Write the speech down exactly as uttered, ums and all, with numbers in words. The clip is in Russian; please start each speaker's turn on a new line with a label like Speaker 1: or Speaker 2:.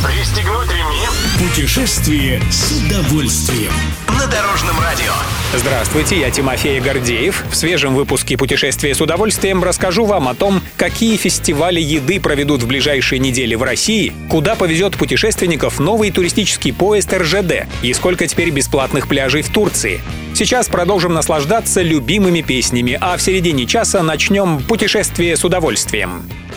Speaker 1: Пристегнуть ремни.
Speaker 2: Путешествие с удовольствием.
Speaker 1: На Дорожном радио.
Speaker 3: Здравствуйте, я Тимофей Гордеев. В свежем выпуске «Путешествия с удовольствием» расскажу вам о том, какие фестивали еды проведут в ближайшие недели в России, куда повезет путешественников новый туристический поезд эр жэ дэ и сколько теперь бесплатных пляжей в Турции. Сейчас продолжим наслаждаться любимыми песнями, а в середине часа начнем «Путешествие с удовольствием».